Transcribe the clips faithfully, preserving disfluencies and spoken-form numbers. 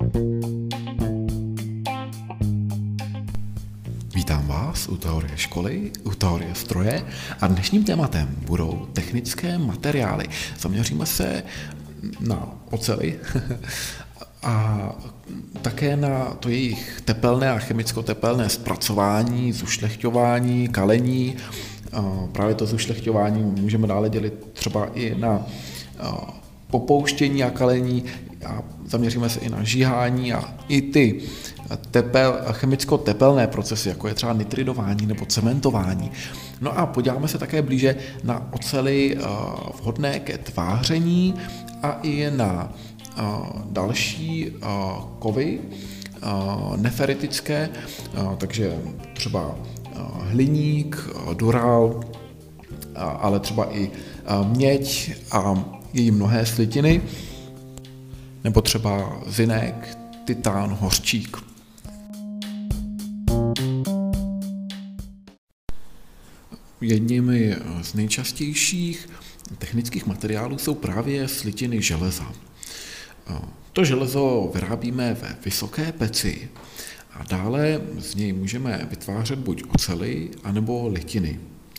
Vítám vás u teorie školy, u teorie stroje a dnešním tématem budou technické materiály. Zaměříme se na oceli a také na to jejich tepelné a chemicko-tepelné zpracování, zušlechťování, kalení. Právě to zušlechťování můžeme dále dělit třeba i na popouštění a kalení a zaměříme se i na žíhání a i ty tepel, chemicko-tepelné procesy, jako je třeba nitridování nebo cementování. No a podíváme se také blíže na ocely vhodné ke tváření a i na další kovy neferritické, takže třeba hliník, dural, ale třeba i měď a její mnohé slitiny, nebo třeba zinek, titán, hořčík. Jedními z nejčastějších technických materiálů jsou právě slitiny železa. To železo vyrábíme ve vysoké peci a dále z něj můžeme vytvářet buď ocely, anebo litiny.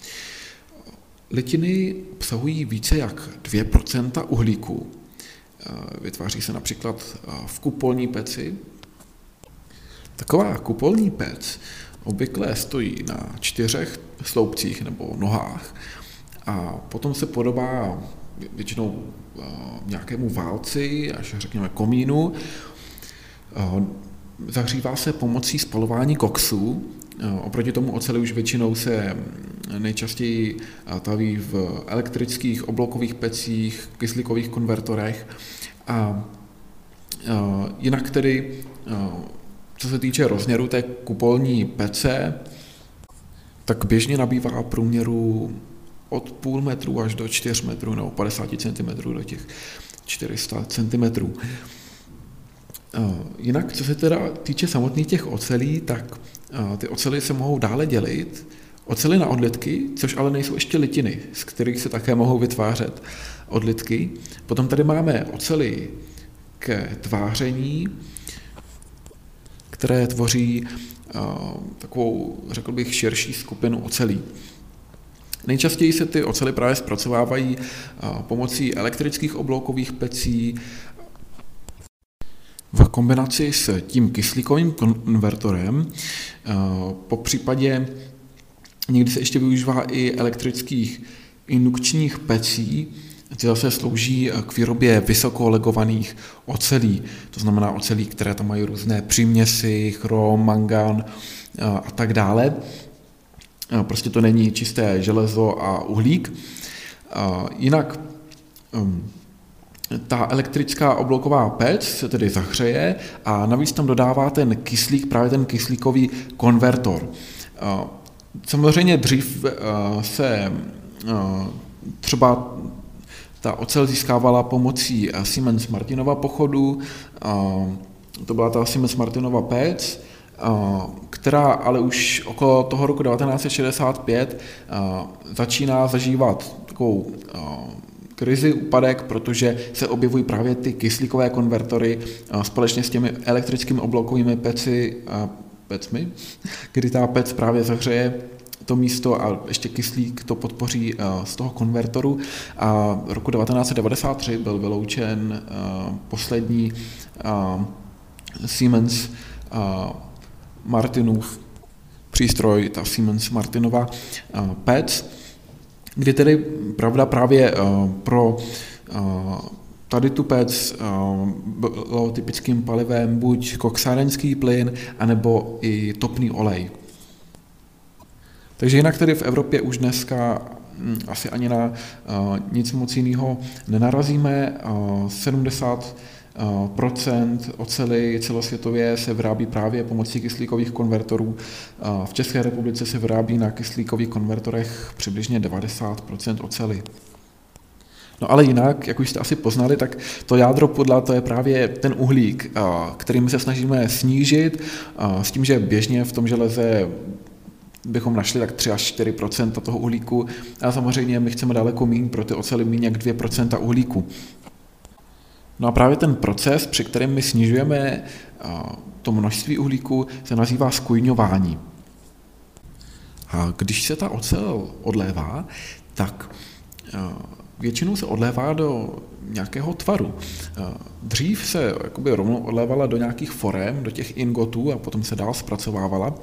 Litiny obsahují více jak dvě procenta uhlíku. Vytváří se například v kupolní peci. Taková kupolní pec obvykle stojí na čtyřech sloupcích nebo nohách a potom se podobá většinou nějakému válci, až řekněme komínu. Zahřívá se pomocí spalování koksu. Oproti tomu oceli už většinou se nejčastěji taví v elektrických obloukových pecích, kyslíkových konvertorech. A jinak tedy, co se týče rozměru té kupolní pece, tak běžně nabývá průměru od půl metru až do čtyř metrů nebo padesát centimetrů do těch čtyři sta centimetrů. Jinak, co se teda týče samotných těch ocelí, tak ty ocely se mohou dále dělit. Ocely na odlitky, což ale nejsou ještě litiny, z kterých se také mohou vytvářet odlitky. Potom tady máme ocely ke tváření, které tvoří takovou, řekl bych, širší skupinu ocelí. Nejčastěji se ty ocely právě zpracovávají pomocí elektrických obloukových pecí v kombinaci s tím kyslíkovým konvertorem. Po případě někdy se ještě využívá i elektrických indukčních pecí, ty zase slouží k výrobě vysokolegovaných ocelí. To znamená ocelí, které tam mají různé příměsi, chrom, mangan a tak dále. Prostě to není čisté železo a uhlík. Jinak ta elektrická oblouková pec se tedy zahřeje a navíc tam dodává ten kyslík, právě ten kyslíkový konvertor. Samozřejmě dřív se třeba ta ocel získávala pomocí Siemens-Martinova pochodu, to byla ta Siemens-Martinova pec, která ale už okolo toho roku devatenáct set šedesát pět začíná zažívat takovou krizi, úpadek, protože se objevují právě ty kyslíkové konvertory společně s těmi elektrickými obloukovými peci, pecmi, kdy ta pec právě zahřeje to místo a ještě kyslík to podpoří z toho konvertoru. A roku devatenáct set devadesát tři byl vyloučen poslední Siemens Martinův přístroj, ta Siemens Martinova pec, kdy tedy, pravda, právě pro tady tu pec bylo typickým palivem buď koksárenský plyn, anebo i topný olej. Takže jinak tedy v Evropě už dneska asi ani na nic moc jiného nenarazíme. sedmdesát procent oceli celosvětově se vyrábí právě pomocí kyslíkových konvertorů. V České republice se vyrábí na kyslíkových konvertorech přibližně devadesát procent oceli. No ale jinak, jak už jste asi poznali, tak to jádro pudla to je právě ten uhlík, kterým se snažíme snížit, s tím, že běžně v tom železe bychom našli tak tři až čtyři procenta toho uhlíku a samozřejmě my chceme daleko méně pro ty ocely méně jak dvě procenta uhlíku. No a právě ten proces, při kterém my snižujeme to množství uhlíku, se nazývá skujňování. A když se ta ocel odlévá, tak většinou se odlévá do nějakého tvaru. Dřív se jakoby rovnou odlévala do nějakých forem, do těch ingotů a potom se dál zpracovávala.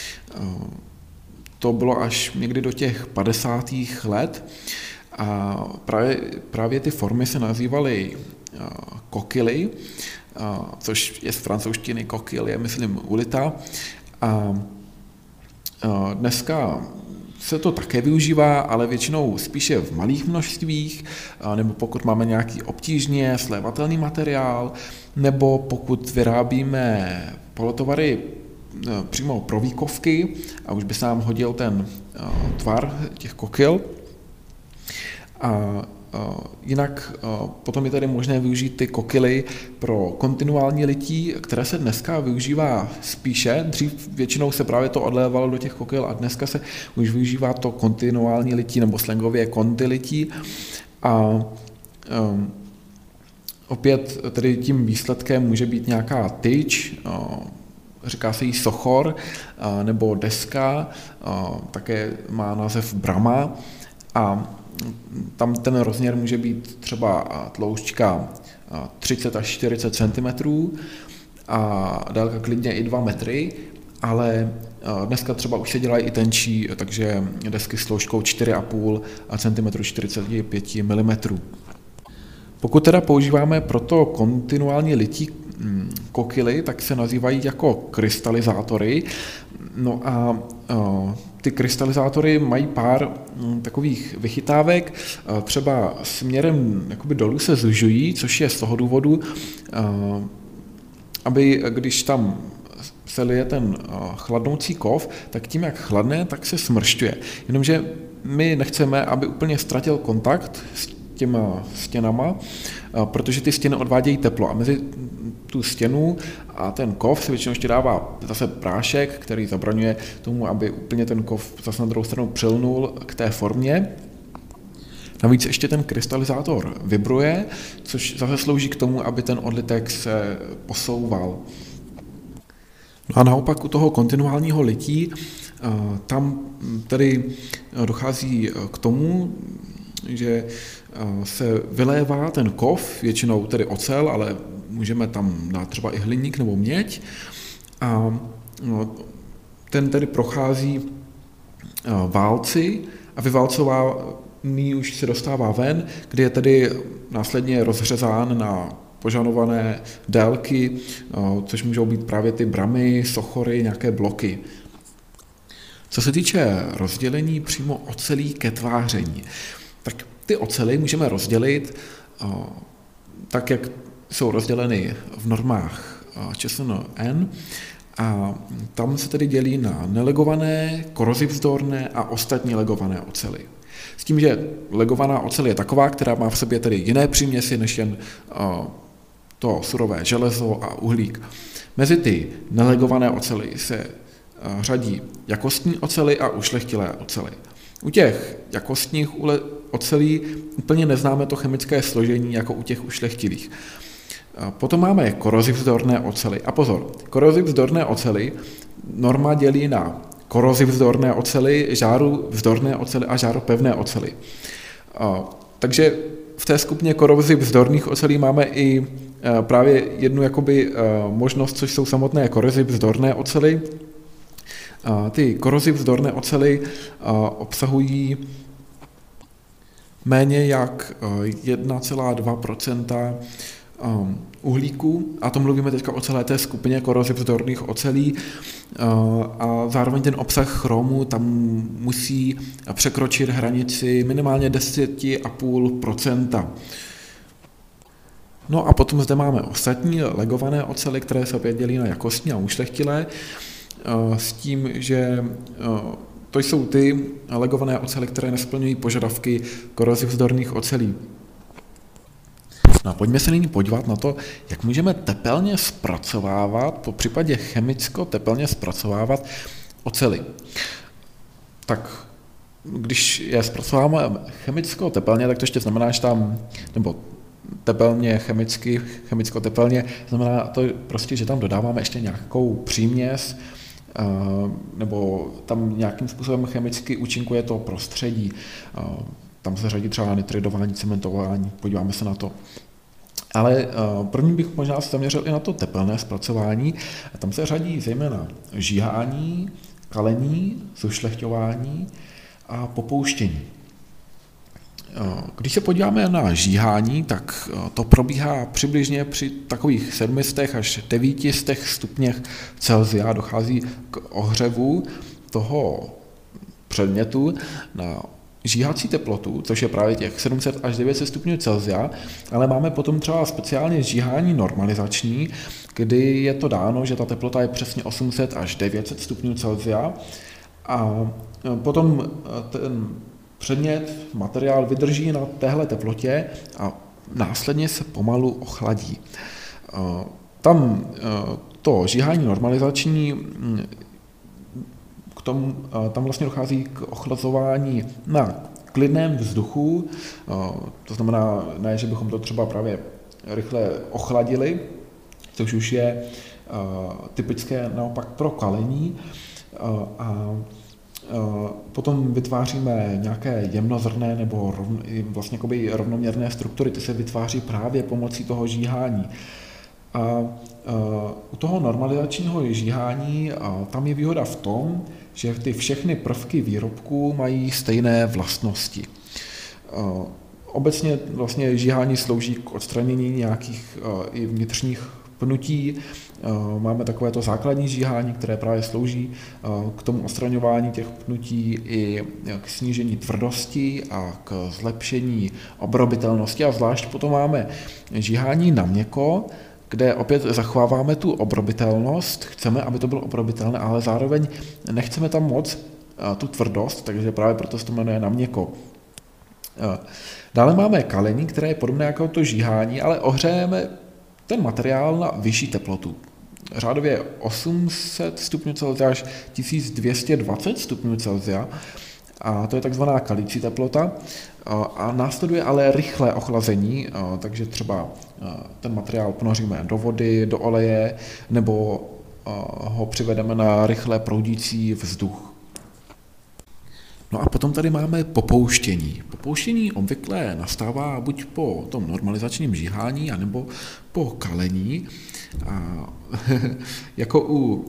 To bylo až někdy do těch padesátých let a právě, právě ty formy se nazývaly kokily, což je z francouzštiny kokil, je myslím ulita. A dneska se to také využívá, ale většinou spíše v malých množstvích, nebo pokud máme nějaký obtížně slévatelný materiál, nebo pokud vyrábíme polotovary přímo pro výkovky a už by se nám hodil ten tvar těch kokyl. A jinak potom je tady možné využít ty kokily pro kontinuální lití, které se dneska využívá spíše. Dřív většinou se právě to odlévalo do těch kokyl a dneska se už využívá to kontinuální lití nebo slangově konti lití. A um, opět tedy tím výsledkem může být nějaká tyč, říká se jí sochor nebo deska, také má název brama a tam ten rozměr může být třeba tloušťka třicet až čtyřicet centimetrů a délka klidně i dva metry, ale dneska třeba už se dělají i tenčí, takže desky s tloušťkou čtyři a půl centimetru, čtyřicet pět milimetrů. Pokud teda používáme pro to kontinuální lití kokily, tak se nazývají jako krystalizátory. No a ty krystalizátory mají pár takových vychytávek, třeba směrem jakoby dolů se zužují, což je z toho důvodu, aby když tam se lije ten chladnoucí kov, tak tím, jak chladne, tak se smršťuje. Jenomže my nechceme, aby úplně ztratil kontakt s těma stěnama, protože ty stěny odvádějí teplo a mezi tu stěnu a ten kov se většinou ještě dává zase prášek, který zabraňuje tomu, aby úplně ten kov zase na druhou stranu přilnul k té formě. Navíc ještě ten krystalizátor vibruje, což zase slouží k tomu, aby ten odlitek se posouval. No a naopak u toho kontinuálního lití, tam tedy dochází k tomu, že se vylévá ten kov, většinou tedy ocel, ale můžeme tam dát třeba i hliník nebo měď a ten tedy prochází válci a vyválcovaný už se dostává ven, kdy je tedy následně rozřezán na požadované délky, což můžou být právě ty bramy, sochory, nějaké bloky. Co se týče rozdělení přímo ocelí ke tváření, tak ty ocely můžeme rozdělit tak, jak jsou rozděleny v normách Č S N N a tam se tedy dělí na nelegované, korozivzdorné a ostatní legované ocely. S tím, že legovaná ocel je taková, která má v sobě tedy jiné příměsi než jen to surové železo a uhlík. Mezi ty nelegované ocely se řadí jakostní ocely a ušlechtilé ocely. U těch jakostních ocelí úplně neznáme to chemické složení jako u těch ušlechtilých. Potom máme korozivzdorné ocely. A pozor, korozivzdorné ocely norma dělí na korozivzdorné ocely, žáru vzdorné ocely a žáru pevné ocely. Takže v té skupině korozivzdorných ocelí máme i právě jednu jakoby možnost, což jsou samotné korozivzdorné ocely. Ty korozivzdorné ocely obsahují méně jak jedna celá dva procenta uhlíku, a to mluvíme teďka o celé té skupině korozivzdorných ocelí, a zároveň ten obsah chromu tam musí překročit hranici minimálně deset celá pět procenta. No a potom zde máme ostatní legované ocely, které se opět dělí na jakostní a ušlechtilé, s tím, že to jsou ty legované ocely, které nesplňují požadavky korozivzdorných ocelí. No a pojďme se nyní podívat na to, jak můžeme tepelně zpracovávat, po případě chemicko-tepelně zpracovávat ocely. Tak když je zpracováváme chemicko-tepelně, tak to ještě znamená, že tam, nebo tepelně, chemicky, chemicko-tepelně, znamená to prostě, že tam dodáváme ještě nějakou příměs, nebo tam nějakým způsobem chemicky účinkuje to prostředí. Tam se řadí třeba nitridování, cementování, podíváme se na to. Ale první bych možná se zaměřil i na to tepelné zpracování. Tam se řadí zejména žíhání, kalení, zušlechťování a popouštění. Když se podíváme na žíhání, tak to probíhá přibližně při takových sedmistech až devítistech stupněch Celsia. Dochází k ohřevu toho předmětu na žíhací teplotu, což je právě těch sedm set až devět set stupňů Celsia, ale máme potom třeba speciálně žíhání normalizační, kdy je to dáno, že ta teplota je přesně osm set až devět set stupňů Celsia a potom ten předmět, materiál vydrží na téhle teplotě a následně se pomalu ochladí. Tam to žíhání normalizační, k tomu, tam vlastně dochází k ochlazování na klidném vzduchu, to znamená, ne, že bychom to třeba právě rychle ochladili, což už je typické naopak pro kalení, a potom vytváříme nějaké jemnozrnné nebo rovn, vlastně jakoby rovnoměrné struktury, ty se vytváří právě pomocí toho žíhání. A u toho normalizačního žíhání tam je výhoda v tom, že ty všechny prvky výrobku mají stejné vlastnosti. Obecně vlastně žíhání slouží k odstranění nějakých i vnitřních pnutí. Máme takovéto základní žíhání, které právě slouží k tomu odstraňování těch pnutí i k snížení tvrdosti a k zlepšení obrobitelnosti. A zvlášť potom máme žíhání na měkko, kde opět zachováváme tu obrobitelnost, chceme, aby to bylo obrobitelné, ale zároveň nechceme tam moc tu tvrdost, takže právě proto se to jmenuje na měkko. Dále máme kalení, které je podobné jako to žíhání, ale ohřejeme ten materiál na vyšší teplotu. Řádově osm set stupňů Celsia až tisíc dvě stě dvacet stupňů Celsia, a to je takzvaná kalící teplota. A následuje ale rychlé ochlazení, takže třeba ten materiál ponoříme do vody, do oleje, nebo ho přivedeme na rychle proudící vzduch. No a potom tady máme popouštění. Popouštění obvykle nastává buď po tom normalizačním žíhání, anebo po kalení. A jako u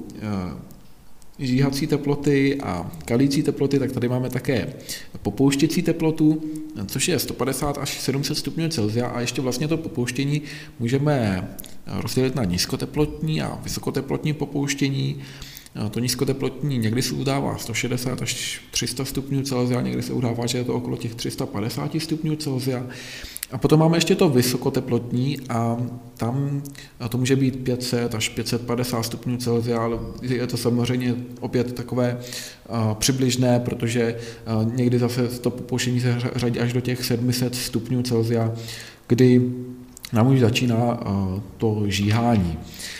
žíhací teploty a kalící teploty, tak tady máme také popouštěcí teplotu, což je sto padesát až sedm set stupňů Celsia, a ještě vlastně to popouštění můžeme rozdělit na nízkoteplotní a vysokoteplotní popouštění. To nízkoteplotní někdy se udává sto šedesát až tři sta stupňů Celsia, někdy se udává, že je to okolo těch tři sta padesát stupňů Celsia. A potom máme ještě to vysokoteplotní a tam to může být pět set až pět set padesát stupňů Celsia, ale je to samozřejmě opět takové uh, přibližné, protože uh, někdy zase to popouštění se řadí až do těch sedm set stupňů Celsia, kdy nám už začíná uh, to žíhání.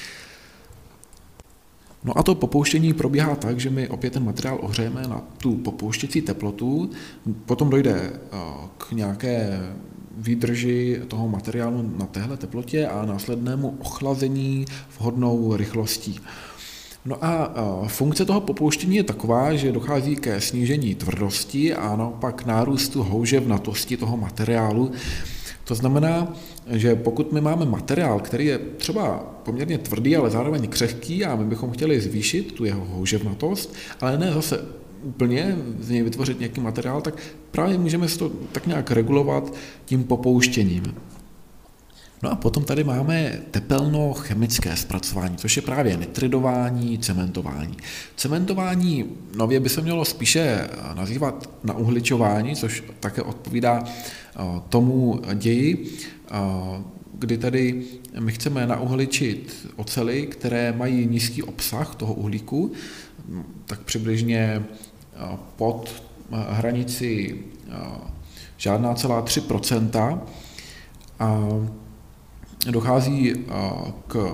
No a to popouštění probíhá tak, že my opět ten materiál ohřejeme na tu popouštěcí teplotu, potom dojde k nějaké výdrži toho materiálu na téhle teplotě a následnému ochlazení vhodnou rychlostí. No a funkce toho popouštění je taková, že dochází ke snížení tvrdosti a naopak nárůstu houževnatosti toho materiálu. To znamená, že pokud my máme materiál, který je třeba poměrně tvrdý, ale zároveň křehký a my bychom chtěli zvýšit tu jeho houževnatost, ale ne zase úplně z něj vytvořit nějaký materiál, tak právě můžeme si to tak nějak regulovat tím popouštěním. No a potom tady máme tepelno-chemické zpracování, což je právě nitridování, cementování. Cementování nově by se mělo spíše nazývat nauhličování, což také odpovídá tomu ději, kdy tady my chceme nauhličit ocely, které mají nízký obsah toho uhlíku, tak přibližně pod hranici žádná celá tři procenta, a dochází k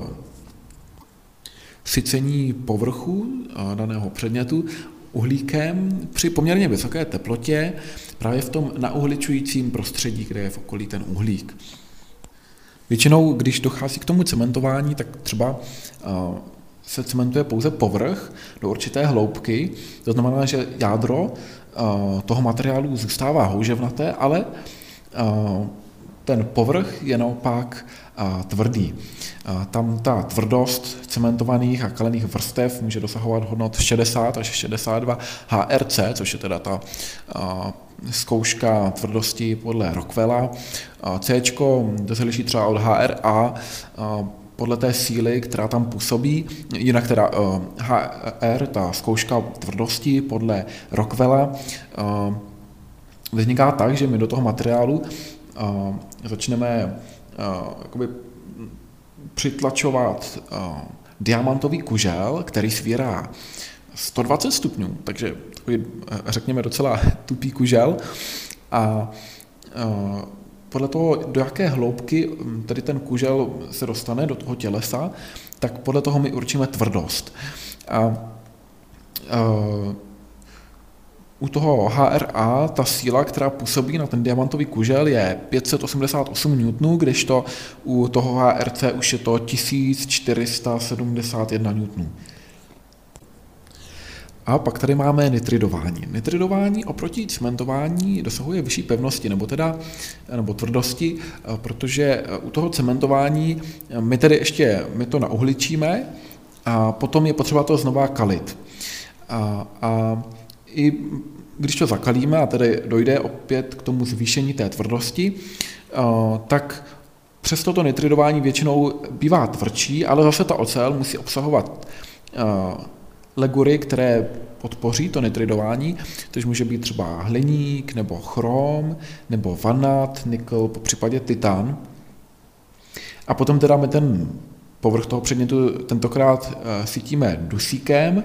sycení povrchu daného předmětu uhlíkem při poměrně vysoké teplotě právě v tom nauhličujícím prostředí, kde je v okolí ten uhlík. Většinou, když dochází k tomu cementování, tak třeba se cementuje pouze povrch do určité hloubky, to znamená, že jádro toho materiálu zůstává houževnaté, ale ten povrch je naopak tvrdý. Tam ta tvrdost cementovaných a kalených vrstev může dosahovat hodnot šedesát až šedesát dva H R C, což je teda ta zkouška tvrdosti podle Rockwella. C, to se liší třeba od H R A, podle té síly, která tam působí. Jinak teda H R, ta zkouška tvrdosti podle Rockwella, vzniká tak, že my do toho materiálu začneme jakoby přitlačovat diamantový kužel, který svírá sto dvacet stupňů, takže takový, řekněme, docela tupý kužel. A podle toho, do jaké hloubky tady ten kužel se dostane do toho tělesa, tak podle toho my určíme tvrdost. A, a u toho H R A ta síla, která působí na ten diamantový kužel, je pět set osmdesát osm newtonů, kdežto u toho H R C už je to tisíc čtyři sta sedmdesát jedna newtonů. A pak tady máme nitridování. Nitridování oproti cementování dosahuje vyšší pevnosti, nebo teda nebo tvrdosti, protože u toho cementování my tedy ještě my to nauhličíme a potom je potřeba to znova kalit. A, a i když to zakalíme a tedy dojde opět k tomu zvýšení té tvrdosti, tak přesto to nitridování většinou bývá tvrdší, ale zase ta ocel musí obsahovat legury, které podpoří to nitridování, což může být třeba hliník, nebo chrom, nebo vanad, nikl, po případě titan. A potom teda my ten povrch toho předmětu tentokrát sytíme dusíkem,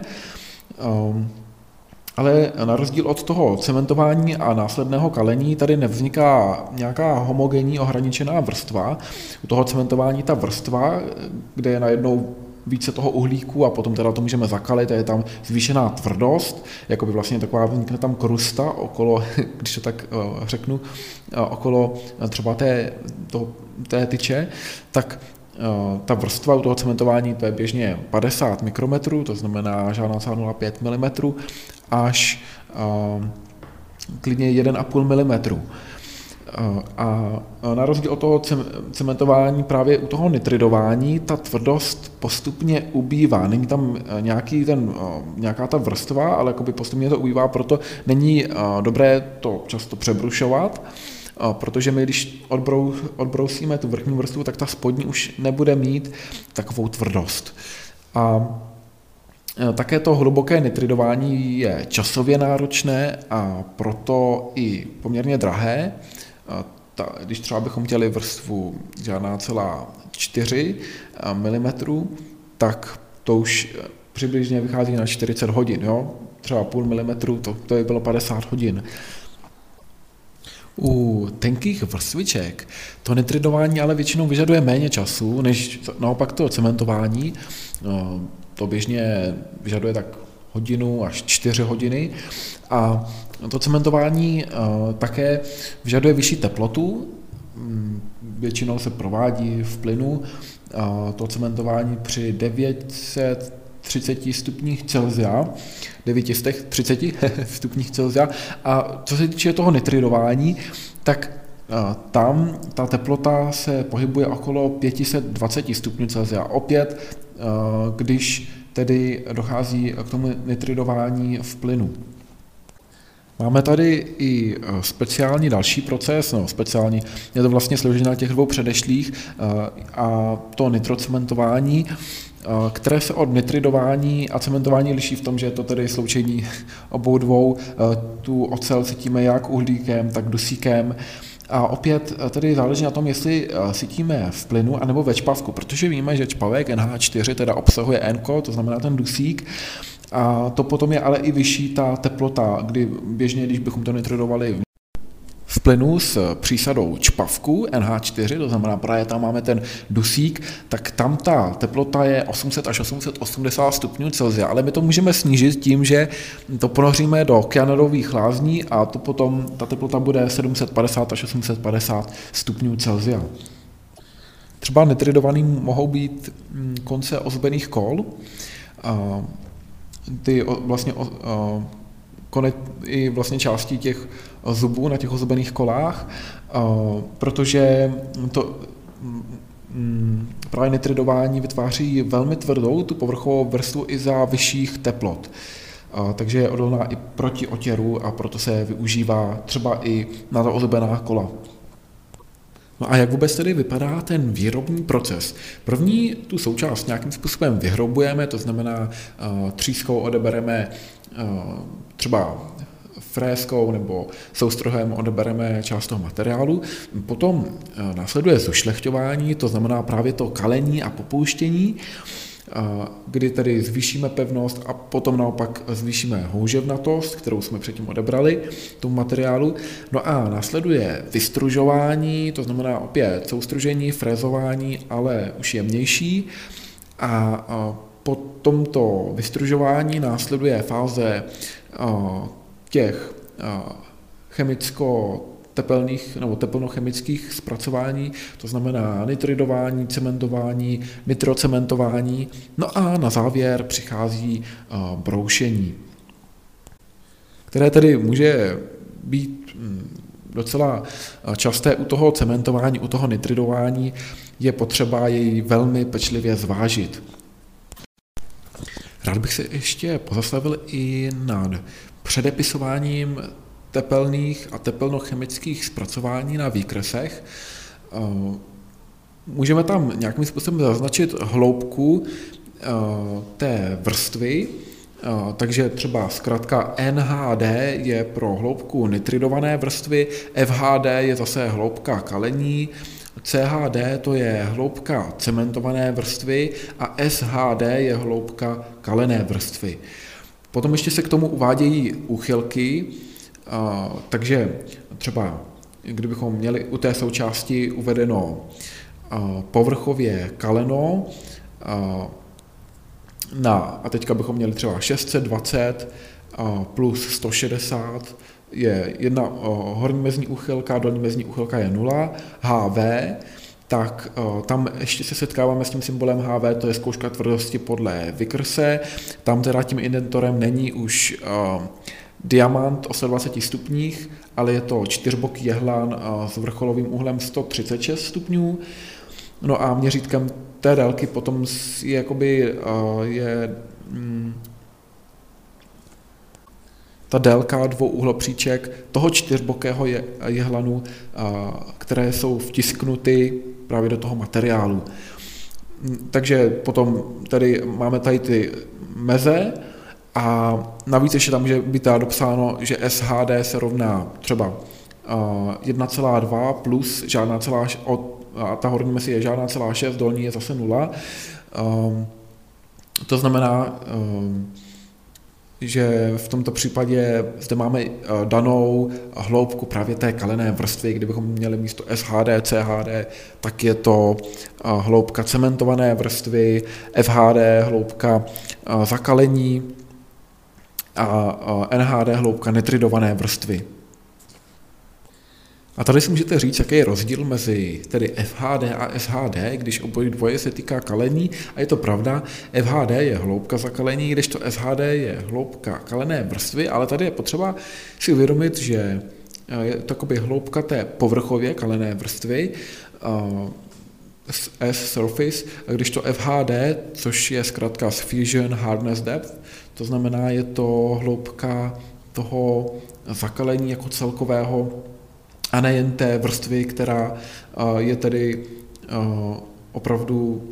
ale na rozdíl od toho cementování a následného kalení tady nevzniká nějaká homogenní ohraničená vrstva. U toho cementování ta vrstva, kde je najednou více toho uhlíku a potom teda to můžeme zakalit a je tam zvýšená tvrdost, jako by vlastně taková vznikne tam krusta okolo, když to tak uh, řeknu, uh, okolo třeba té, to, té tyče, tak uh, ta vrstva u toho cementování to je běžně padesát mikrometrů, to znamená žádná nula celá pět milimetrů, až uh, klidně jedna celá pět milimetru. A na rozdíl od toho cementování právě u toho nitridování ta tvrdost postupně ubývá. Není tam nějaký ten, nějaká ta vrstva, ale jakoby postupně to ubývá, proto není dobré to často přebrušovat, protože my, když odbrou, odbrousíme tu vrchní vrstvu, tak ta spodní už nebude mít takovou tvrdost. A také to hluboké nitridování je časově náročné a proto i poměrně drahé. Ta, když třeba bychom chtěli vrstvu žádná celá čtyři milimetrů, tak to už přibližně vychází na čtyřicet hodin, jo? Třeba půl milimetru, to, to by bylo padesát hodin. U tenkých vrstviček to nitridování ale většinou vyžaduje méně času, než naopak to cementování. To běžně vyžaduje tak hodinu až čtyři hodiny a to cementování také vyžaduje vyšší teplotu, většinou se provádí v plynu, to cementování při devět set třicet stupních Celsia, devět set třicet stupních Celsia. A co se týče toho nitridování, tak tam ta teplota se pohybuje okolo pět set dvacet stupňů Celsia. Opět, když tedy dochází k tomu nitridování v plynu. Máme tady i speciální další proces, no speciální, je to vlastně složené těch dvou předešlých, a to nitrocementování, které se od nitridování a cementování liší v tom, že je to tedy sloučení obou dvou, tu ocel cítíme jak uhlíkem, tak dusíkem. A opět tedy záleží na tom, jestli sytíme v plynu anebo ve čpavku, protože víme, že čpavek N H čtyři teda obsahuje N, to znamená ten dusík, a to potom je ale i vyšší ta teplota, kdy běžně, když bychom to nitridovali v plynu s přísadou čpavku N H čtyři, to znamená právě tam máme ten dusík, tak tam ta teplota je osm set až osm set osmdesát stupňů Celsia, ale my to můžeme snížit tím, že to ponoříme do kyanidových lázní a to potom ta teplota bude sedm set padesát až osm set padesát stupňů Celsia. Třeba nitridovaný mohou být konce ozbených kol, ty vlastně konec i vlastně částí těch zubů na těch ozbených kolách, protože to právě nitridování vytváří velmi tvrdou tu povrchovou vrstvu i za vyšších teplot. Takže je odolná i proti otěru a proto se využívá třeba i na ta ozbená kola. No a jak vůbec tedy vypadá ten výrobní proces? První tu součást nějakým způsobem vyhrobujeme, to znamená třískou odebereme třeba fréskou nebo soustrohem odebereme část toho materiálu. Potom následuje zušlechťování, to znamená právě to kalení a popouštění, kdy tedy zvýšíme pevnost a potom naopak zvýšíme houževnatost, kterou jsme předtím odebrali tomu materiálu. No a následuje vystružování, to znamená opět soustružení, frézování, ale už jemnější. A po tomto vystružování následuje fáze těch chemicko tepelných nebo teplnochemických zpracování, to znamená nitridování, cementování, nitrocementování, no a na závěr přichází broušení, které tedy může být docela časté u toho cementování, u toho nitridování, je potřeba jej velmi pečlivě zvážit. Rád bych se ještě pozastavil i nad předepisováním tepelných a tepelnochemických zpracování na výkresech. Můžeme tam nějakým způsobem zaznačit hloubku té vrstvy, takže třeba zkrátka N H D je pro hloubku nitridované vrstvy, F H D je zase hloubka kalení, C H D to je hloubka cementované vrstvy a S H D je hloubka kalené vrstvy. Potom ještě se k tomu uvádějí úchylky, Uh, takže třeba, kdybychom měli u té součásti uvedeno uh, povrchově kaleno, uh, na, a teďka bychom měli třeba šest set dvacet uh, plus sto šedesát, je jedna uh, horní mezní úchylka, dolní mezní úchylka je nula, H V, tak uh, tam ještě se setkáváme s tím symbolem H V, to je zkouška tvrdosti podle Vickerse, tam teda tím indentorem není už uh, diamant o sto dvaceti stupních, ale je to čtyřboký jehlan s vrcholovým úhlem sto třicet šest stupňů. No a měřítkem té délky potom je, jakoby, je ta délka dvou úhlopříček toho čtyřbokého jehlanu, které jsou vtisknuty právě do toho materiálu. Takže potom tady máme tady ty meze, a navíc ještě tam může být dopsáno, že S H D se rovná třeba jedna celá dva plus žádná celá, a ta horní mezi je žádná celá šest, dolní je zase nula. To znamená, že v tomto případě zde máme danou hloubku právě té kalené vrstvy, kdybychom měli místo S H D, C H D, tak je to hloubka cementované vrstvy, F H D hloubka zakalení, a N H D hloubka nitridované vrstvy. A tady si můžete říct, jaký je rozdíl mezi tedy F H D a S H D, když obojí dvoje se týká kalení, a je to pravda, F H D je hloubka zakalení, když to S H D je hloubka kalené vrstvy, ale tady je potřeba si uvědomit, že je to jakoby hloubka té povrchově kalené vrstvy, S surface, a když to F H D, což je zkrátka fusion hardness depth, to znamená, je to hloubka toho zakalení jako celkového a nejen té vrstvy, která je tedy opravdu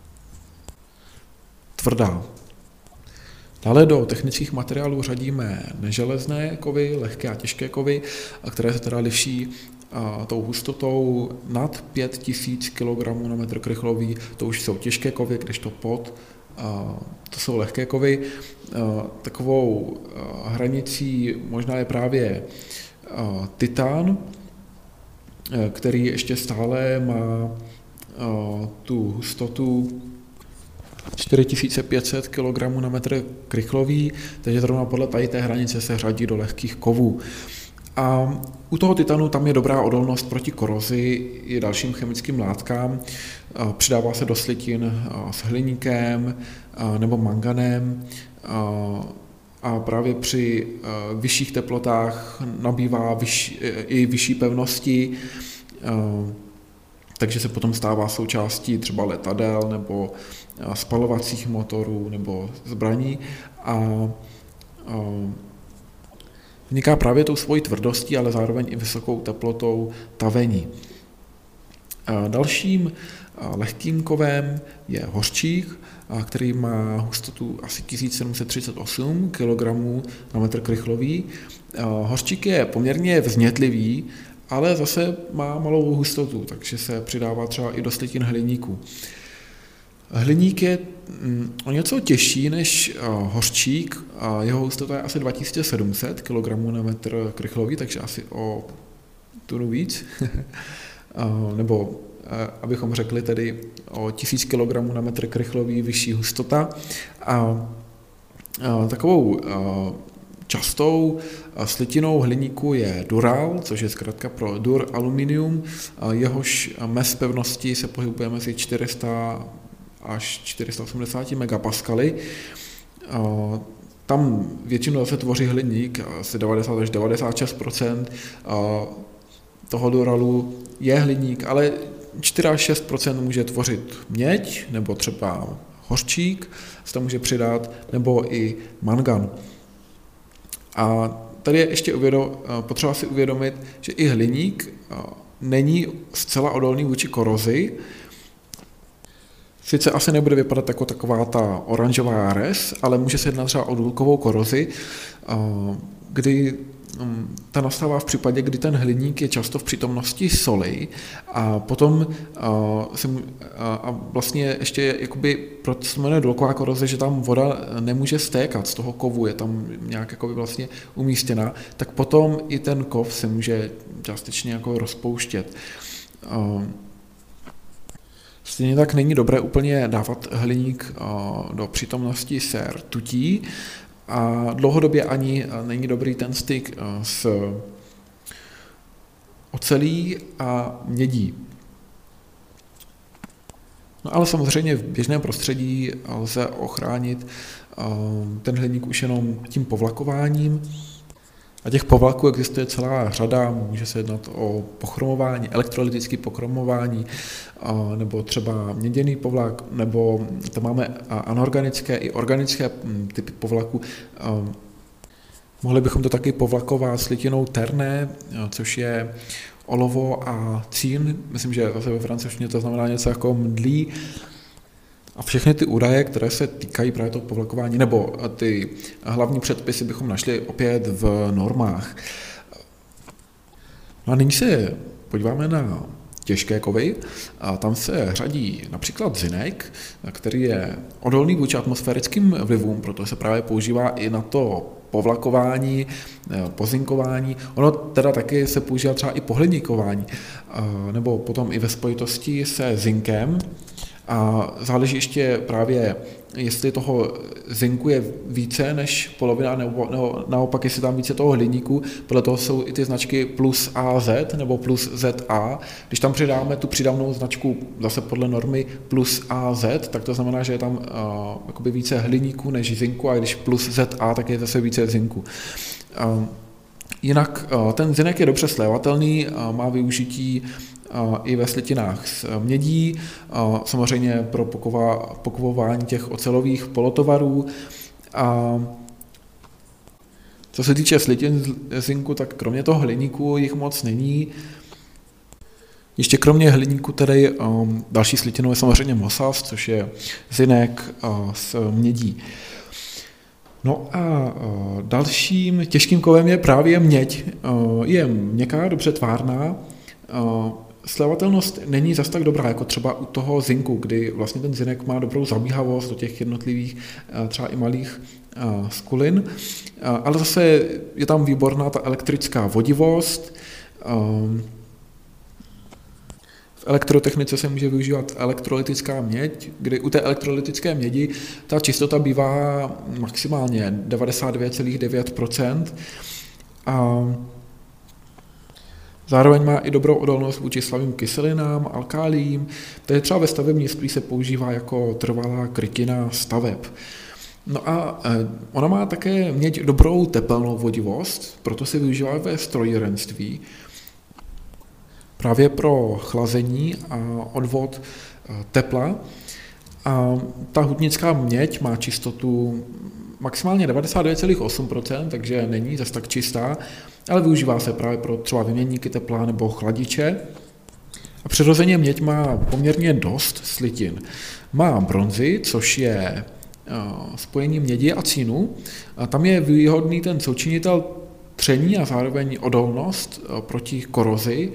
tvrdá. Dále do technických materiálů řadíme neželezné kovy, lehké a těžké kovy, které se teda liší a tou hustotou nad pět tisíc kilogramů na metr krychlový, to už jsou těžké kovy, kdežto pod, a to jsou lehké kovy. A takovou hranicí možná je právě titán, který ještě stále má tu hustotu čtyři tisíce pět set kilogramů na metr krychlový, takže zrovna podle tady té hranice se řadí do lehkých kovů. A u toho titanu tam je dobrá odolnost proti korozi i dalším chemickým látkám. Přidává se do slitin s hliníkem nebo manganem a právě při vyšších teplotách nabývá vyšší, i vyšší pevnosti, takže se potom stává součástí třeba letadel nebo spalovacích motorů nebo zbraní a vzniká právě tou svojí tvrdostí, ale zároveň i vysokou teplotou tavení. Dalším lehkým kovem je hořčík, který má hustotu asi tisíc sedm set třicet osm kilogramů na metr krychlový. Hořčík je poměrně vznětlivý, ale zase má malou hustotu, takže se přidává třeba i do slitin hliníku. Hliník je o něco těžší než hořčík, jeho hustota je asi dva tisíce sedm set kilogramů na metr krychlový, takže asi o tunu víc, nebo abychom řekli tedy o tisíc kilogramů na metr krychlový vyšší hustota. A takovou častou slitinou hliníku je dural, což je zkrátka pro dur aluminium, jehož mez pevnosti se pohybuje mezi čtyři sta až čtyři sta osmdesát megapaskaly. Tam většinou se tvoří hliník, asi devadesát až devadesát šest procent toho duralu je hliník, ale čtyři až šest procent může tvořit měď, nebo třeba hořčík, se tam může přidat, nebo i mangan. A tady je ještě uvědom, potřeba si uvědomit, že i hliník není zcela odolný vůči korozi. Sice asi nebude vypadat jako taková ta oranžová res, ale může se jednat třeba o důlkovou korozi, kdy ta nastává v případě, kdy ten hliník je často v přítomnosti soli a potom se, a vlastně ještě jakoby, proto se jmenuje důlková koroze, že tam voda nemůže stékat z toho kovu, je tam nějak jakoby vlastně umístěna, tak potom i ten kov se může částečně jako rozpouštět. Stejně tak není dobré úplně dávat hliník do přítomnosti se rtutí a dlouhodobě ani není dobrý ten styk s ocelí a mědí. No ale samozřejmě v běžném prostředí lze ochránit ten hliník už jenom tím povlakováním. A těch povlaků existuje celá řada, může se jednat o pochromování, elektrolytické pochromování, nebo třeba měděný povlak, nebo tam máme anorganické i organické typy povlaku. Mohli bychom to taky povlakovat slitinou terné, což je olovo a cín. Myslím, že zase ve francouzštině to znamená něco jako mdlí. A všechny ty údaje, které se týkají právě toho povlakování, nebo ty hlavní předpisy bychom našli opět v normách. No a nyní se podíváme na těžké kovy. A tam se řadí například zinek, který je odolný vůči atmosférickým vlivům, proto se právě používá i na to povlakování, pozinkování. Ono teda taky se používá třeba i pohliníkování, nebo potom i ve spojitosti se zinkem. A záleží ještě právě, jestli toho zinku je více než polovina, nebo, nebo naopak, jestli tam více toho hliníku. Podle toho jsou i ty značky plus A Z nebo plus Z A. Když tam přidáme tu přidavnou značku zase podle normy plus A Z, tak to znamená, že je tam uh, jakoby více hliníku než zinku, a když plus Z A, tak je zase více zinku. Uh, jinak uh, ten zinek je dobře slévatelný, uh, má využití i ve slitinách s mědí, samozřejmě pro pokovování těch ocelových polotovarů. A co se týče slitin zinku, tak kromě toho hliníku jich moc není. Ještě kromě hliníku tedy další slitinou je samozřejmě mosas, což je zinek s mědí. No a dalším těžkým kovem je právě měď. Je měkká, dobře tvárná. Slévatelnost není zas tak dobrá, jako třeba u toho zinku, kdy vlastně ten zinek má dobrou zabíhavost do těch jednotlivých třeba i malých skulin, ale zase je tam výborná ta elektrická vodivost. V elektrotechnice se může využívat elektrolytická měď, kdy u té elektrolytické mědi ta čistota bývá maximálně devadesát devět celá devět procent. A Zároveň má i dobrou odolnost vůči slabým kyselinám, alkáliím, takže třeba ve stavebnictví se používá jako trvalá krytina staveb. No a ona má také měď dobrou tepelnou vodivost, proto se využívá ve strojírenství právě pro chlazení a odvod tepla. A ta hutnická měď má čistotu maximálně devadesát devět celá osm procenta, takže není zase tak čistá, ale využívá se právě pro třeba vyměnníky tepla nebo chladiče. A přirozeně měď má poměrně dost slitin. Má bronzy, což je spojení mědi a cínu. A tam je výhodný ten součinitel tření a zároveň odolnost proti korozi.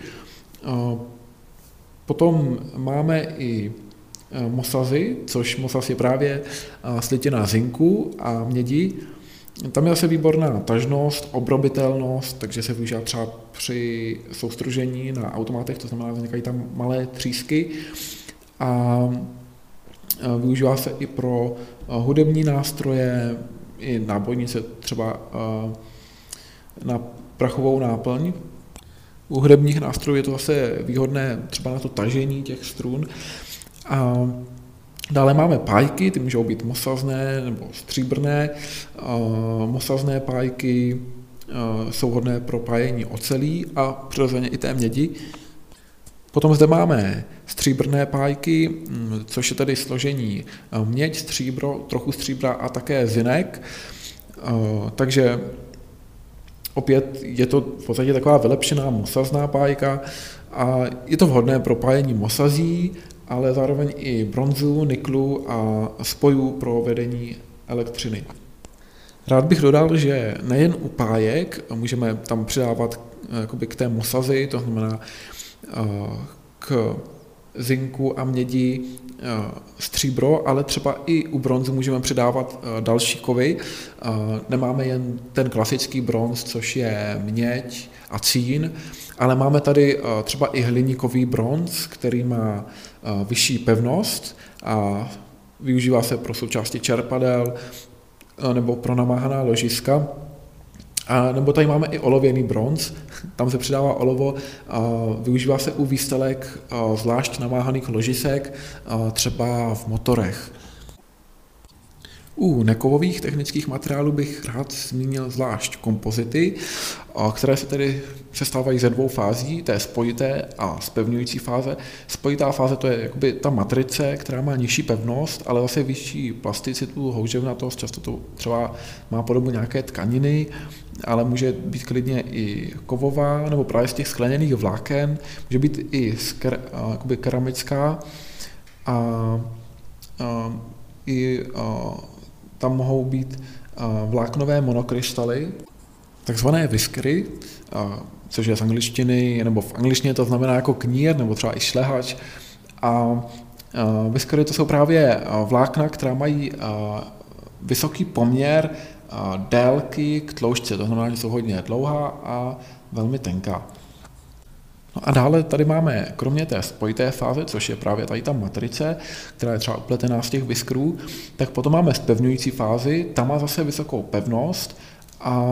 Potom máme i mosazy, což mosaz je právě slitina zinku a mědi. Tam je zase výborná tažnost, obrobitelnost, takže se využívá třeba při soustružení na automatech, to znamená, vznikají tam malé třísky. A využívá se i pro hudební nástroje, i nábojnice třeba na prachovou náplň. U hudebních nástrojů je to zase výhodné třeba na to tažení těch strun. A dále máme pájky, ty můžou být mosazné nebo stříbrné. Mosazné pájky jsou vhodné pro pájení ocelí a přirozeně i té mědi. Potom zde máme stříbrné pájky, což je tedy složení měď, stříbro, trochu stříbra a také zinek. Takže opět je to v podstatě taková vylepšená mosazná pájka a je to vhodné pro pájení mosazí, ale zároveň i bronzu, niklu a spojů pro vedení elektřiny. Rád bych dodal, že nejen u pájek můžeme tam přidávat jakoby k té mosazi, to znamená k zinku a mědi stříbro, ale třeba i u bronzu můžeme přidávat další kovy. Nemáme jen ten klasický bronz, což je měď a cín, ale máme tady třeba i hliníkový bronz, který má vyšší pevnost a využívá se pro součásti čerpadel nebo pro namáhaná ložiska. A nebo tady máme i olověný bronz, tam se přidává olovo, a využívá se u výstelek zvlášť namáhaných ložisek, třeba v motorech. U nekovových technických materiálů bych rád zmínil zvlášť kompozity, které se tedy sestávají ze dvou fází, té spojité a zpevňující fáze. Spojitá fáze to je jakoby ta matrice, která má nižší pevnost, ale zase vyšší plasticitu, houževnatost, často to třeba má podobu nějaké tkaniny, ale může být klidně i kovová, nebo právě z těch skleněných vláken, může být i sker, jakoby keramická a, a i a, tam mohou být vláknové monokrystaly, takzvané whiskery, což je z angličtiny, nebo v angličtině to znamená jako knír, nebo třeba i šlehač. A whiskery to jsou právě vlákna, která mají vysoký poměr délky k tloušťce, to znamená, že jsou hodně dlouhá a velmi tenká. No a dále tady máme, kromě té spojité fáze, což je právě tady ta matrice, která je třeba upletená z těch whiskerů, tak potom máme zpevňující fázi, ta má zase vysokou pevnost a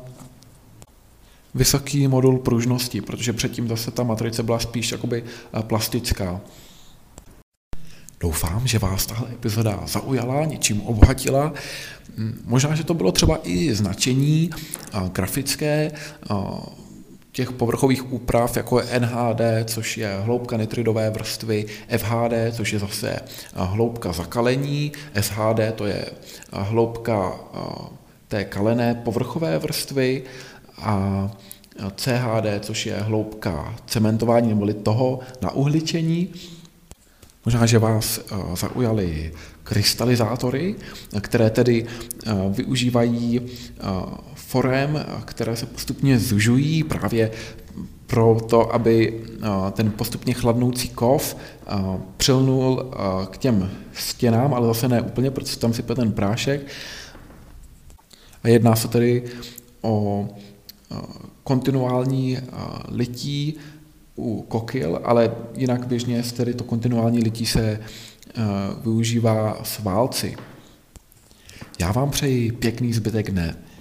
vysoký modul pružnosti, protože předtím zase ta matrice byla spíš jakoby plastická. Doufám, že vás tahle epizoda zaujala, něčím obohatila. Možná, že to bylo třeba i značení grafické, těch povrchových úprav, jako je N H D, což je hloubka nitridové vrstvy, F H D, což je zase hloubka zakalení, S H D, to je hloubka té kalené povrchové vrstvy a C H D, což je hloubka cementování neboli toho na uhličení. Možná, že vás zaujaly krystalizátory, které tedy využívají forem, které se postupně zužují právě pro to, aby ten postupně chladnoucí kov přilnul k těm stěnám, ale zase ne úplně, protože tam sype ten prášek. A jedná se tedy o kontinuální lití u kokyl, ale jinak běžně tedy to kontinuální lití se využívá s válci. Já vám přeji pěkný zbytek dne.